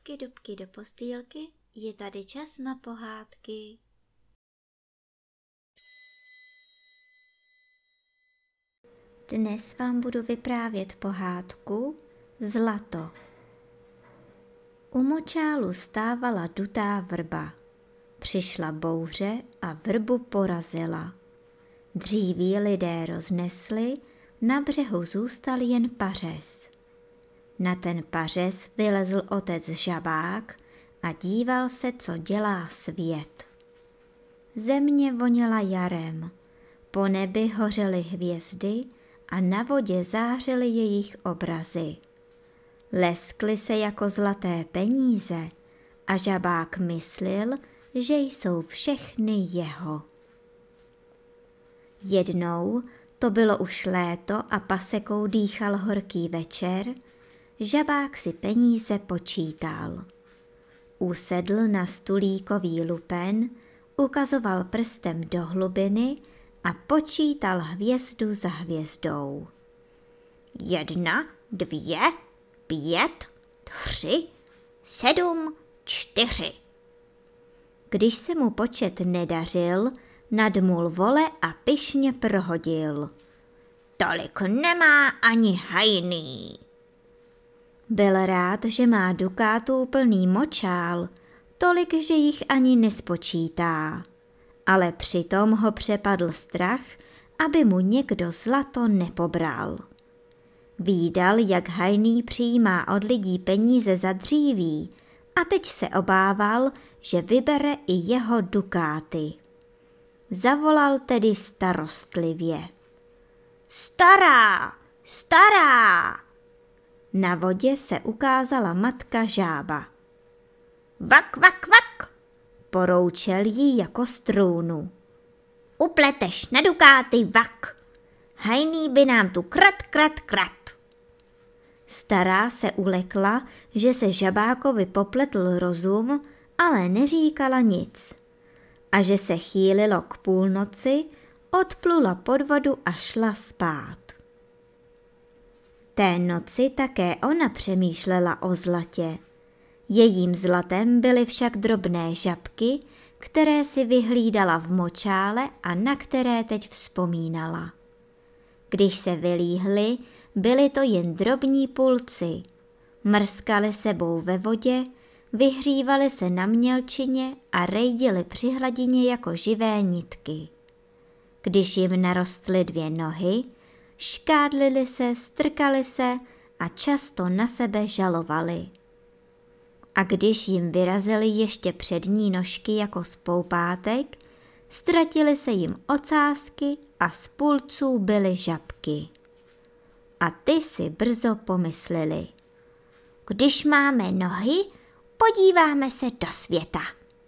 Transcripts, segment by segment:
Dubky, dubky do postýlky, je tady čas na pohádky. Dnes vám budu vyprávět pohádku Zlato. U močálu stávala dutá vrba. Přišla bouře a vrbu porazila. Dříví lidé roznesli, na břehu zůstal jen pařez. Na ten pařez vylezl otec Žabák a díval se, co dělá svět. Země voněla jarem, po nebi hořely hvězdy a na vodě zářily jejich obrazy. Leskly se jako zlaté peníze a Žabák myslil, že jsou všechny jeho. Jednou, to bylo už léto a pasekou dýchal horký večer, Žabák si peníze počítal. Usedl na stulíkový lupen, ukazoval prstem do hlubiny a počítal hvězdu za hvězdou. 1, 2, 5, 3, 7, 4. Když se mu počet nedařil, nadmul vole a pyšně prohodil. Tolik nemá ani hajný. Byl rád, že má dukátů plný močál, tolik, že jich ani nespočítá. Ale přitom ho přepadl strach, aby mu někdo zlato nepobral. Vídal, jak hajný přijímá od lidí peníze za dříví a teď se obával, že vybere i jeho dukáty. Zavolal tedy starostlivě. Stará, stará! Na vodě se ukázala matka žába. Vak, vak, vak, poroučel jí jako strůnu. Upleteš na dukáty vak, hajný by nám tu krat. Stará se ulekla, že se Žabákovi popletl rozum, ale neříkala nic. A že se chýlilo k půlnoci, odplula pod vodu a šla spát. Té noci také ona přemýšlela o zlatě. Jejím zlatem byly však drobné žabky, které si vyhlídala v močále a na které teď vzpomínala. Když se vylíhly, byly to jen drobní pulci. Mrskaly sebou ve vodě, vyhřívaly se na mělčině a rejdily při hladině jako živé nitky. Když jim narostly 2 nohy, škádlily se, strkaly se a často na sebe žalovaly. A když jim vyrazily ještě přední nožky jako z poupátek, ztratily se jim ocásky a z pulců byly žabky. A ty si brzo pomysleli. Když máme nohy, podíváme se do světa.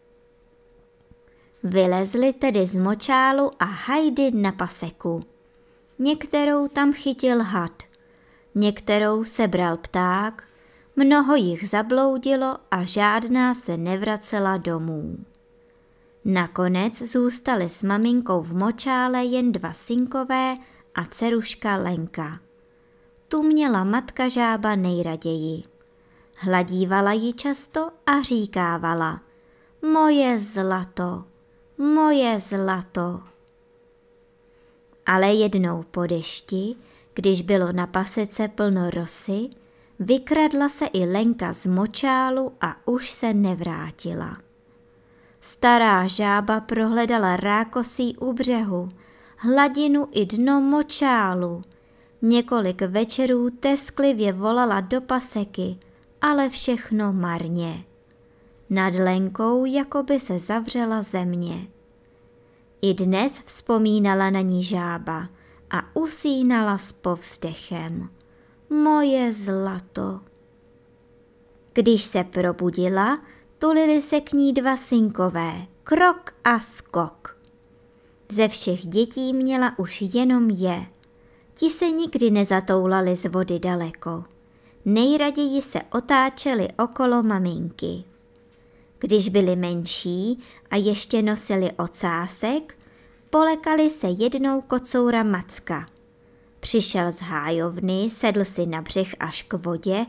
Vylezli tedy z močálu a hajdy na paseku. Některou tam chytil had, některou sebral pták, mnoho jich zabloudilo a žádná se nevracela domů. Nakonec zůstaly s maminkou v močále jen 2 synkové a dceruška Lenka. Tu měla matka žába nejraději. Hladívala ji často a říkávala: moje zlato, moje zlato. Ale jednou po dešti, když bylo na pasece plno rosy, vykradla se i Lenka z močálu a už se nevrátila. Stará žába prohledala rákosí u břehu, hladinu i dno močálu. Několik večerů tesklivě volala do paseky, ale všechno marně. Nad Lenkou jakoby se zavřela země. I dnes vzpomínala na ní žába a usínala s povzdechem. Moje zlato. Když se probudila, tulili se k ní 2 synkové, Krok a Skok. Ze všech dětí měla už jenom je. Ti se nikdy nezatoulali z vody daleko. Nejraději se otáčeli okolo maminky. Když byli menší a ještě nosili ocásek, polekali se jednou kocoura Macka. Přišel z hájovny, sedl si na břeh až k vodě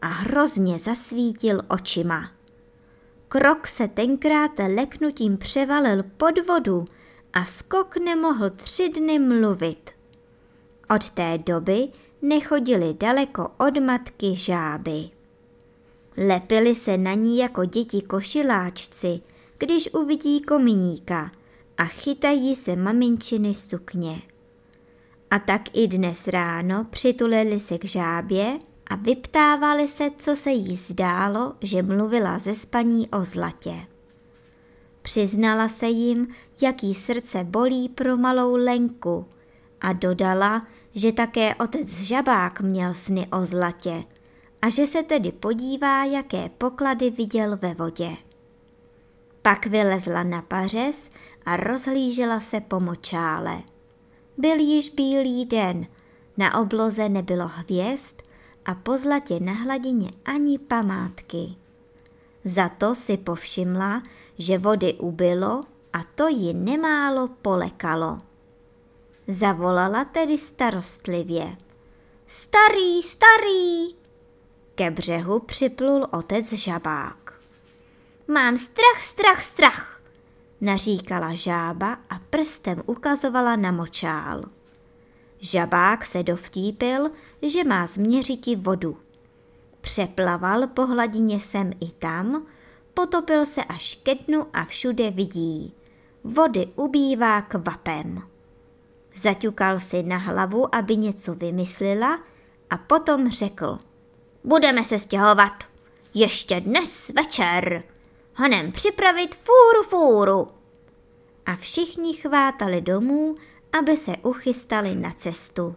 a hrozně zasvítil očima. Krok se tenkrát leknutím převalil pod vodu a Skok nemohl 3 dny mluvit. Od té doby nechodili daleko od matky žáby. Lepili se na ní jako děti košiláčci, když uvidí kominíka a chytají se maminčiny sukně. A tak i dnes ráno přitulili se k žábě a vyptávali se, co se jí zdálo, že mluvila ze spaní o Zlatě. Přiznala se jim, jak jí srdce bolí pro malou Lenku a dodala, že také otec Žabák měl sny o Zlatě a že se tedy podívá, jaké poklady viděl ve vodě. Pak vylezla na pařez a rozhlížela se po močále. Byl již bílý den, na obloze nebylo hvězd a po Zlatě na hladině ani památky. Za to si povšimla, že vody ubylo a to ji nemálo polekalo. Zavolala tedy starostlivě. Starý, starý! Ke břehu připlul otec Žabák. Mám strach, strach, strach, naříkala žába a prstem ukazovala na močál. Žabák se dovtípil, že má změřiti vodu. Přeplaval po hladině sem i tam, potopil se až ke dnu a všude vidí. Vody ubývá kvapem. Zaťukal si na hlavu, aby něco vymyslela a potom řekl. Budeme se stěhovat. Ještě dnes večer. Honem připravit fůru. A všichni chvátali domů, aby se uchystali na cestu.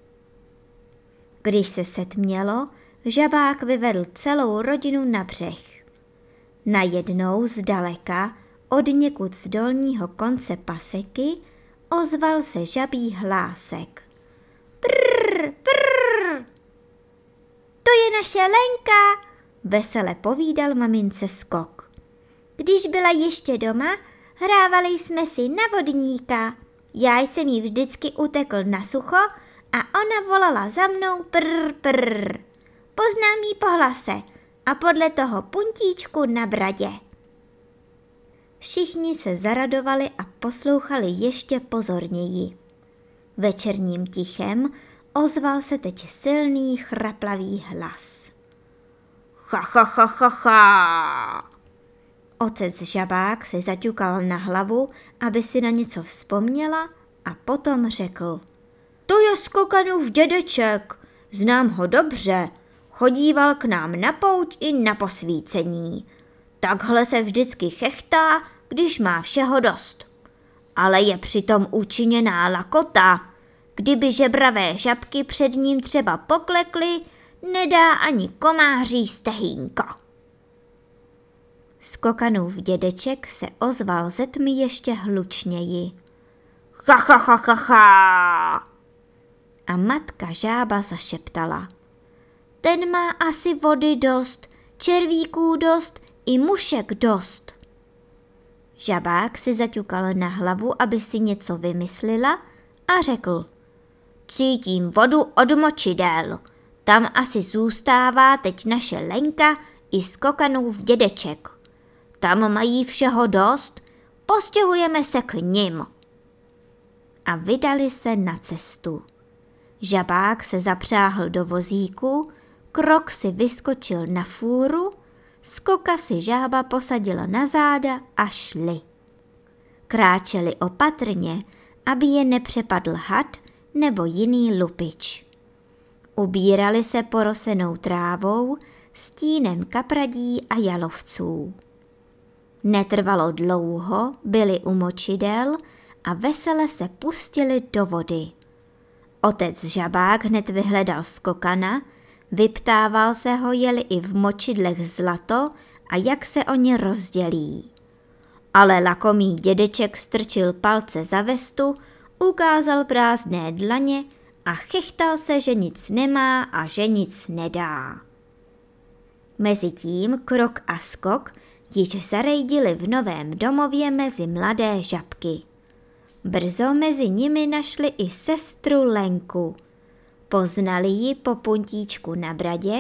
Když se setmělo, Žabák vyvedl celou rodinu na břeh. Najednou zdaleka, od někud z dolního konce paseky, ozval se žabí hlásek. Prrr, prrr. To je naše Lenka, vesele povídal mamince Skok. Když byla ještě doma, hrávali jsme si na vodníka. Já jsem jí vždycky utekl na sucho a ona volala za mnou prr, prr. Poznám jí po hlase a podle toho puntíčku na bradě. Všichni se zaradovali a poslouchali ještě pozorněji. Večerním tichem ozval se teď silný chraplavý hlas. Ha, ha, ha, ha, ha. Otec Žabák se zaťukal na hlavu, aby si na něco vzpomněla a potom řekl. To je Skokanův dědeček, znám ho dobře, chodíval k nám na pouť i na posvícení. Takhle se vždycky chechtá, když má všeho dost. Ale je přitom učiněná lakota. Kdyby žebravé žabky před ním třeba poklekly, nedá ani komáří stehínko. Skokanův dědeček se ozval ze tmy ještě hlučněji. Ha, ha, ha, ha, ha. A matka žába zašeptala. Ten má asi vody dost, červíků dost i mušek dost. Žabák si zaťukal na hlavu, aby si něco vymyslela a řekl. Cítím vodu od močidel. Tam asi zůstává teď naše Lenka i Skokanův dědeček. Tam mají všeho dost, postěhujeme se k nim. A vydali se na cestu. Žabák se zapřáhl do vozíku, Krok si vyskočil na fůru, Skoka si žába posadila na záda a šli. Kráčeli opatrně, aby je nepřepadl had nebo jiný lupič. Ubírali se porosenou trávou, stínem kapradí a jalovců. Netrvalo dlouho, byli u močidel a vesele se pustili do vody. Otec Žabák hned vyhledal Skokana, vyptával se ho, jeli i v močidlech zlato a jak se oni rozdělí. Ale lakomý dědeček strčil palce za vestu, ukázal prázdné dlaně a chechtal se, že nic nemá a že nic nedá. Mezitím Krok a Skok již zarejdili v novém domově mezi mladé žabky. Brzo mezi nimi našli i sestru Lenku. Poznali ji po puntíčku na bradě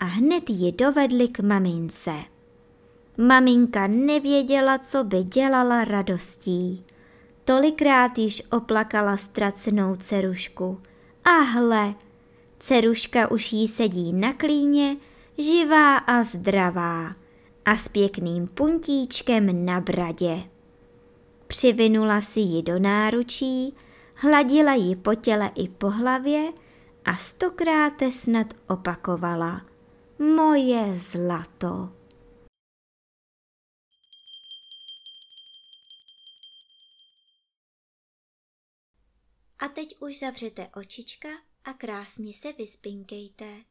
a hned ji dovedli k mamince. Maminka nevěděla, co by dělala radostí. Tolikrát již oplakala ztracenou dcerušku. A hle, dceruška už jí sedí na klíně, živá a zdravá a s pěkným puntíčkem na bradě. Přivinula si ji do náručí, hladila ji po těle i po hlavě a 100krát snad opakovala: Moje zlato. A teď už zavřete očička a krásně se vyspinkejte.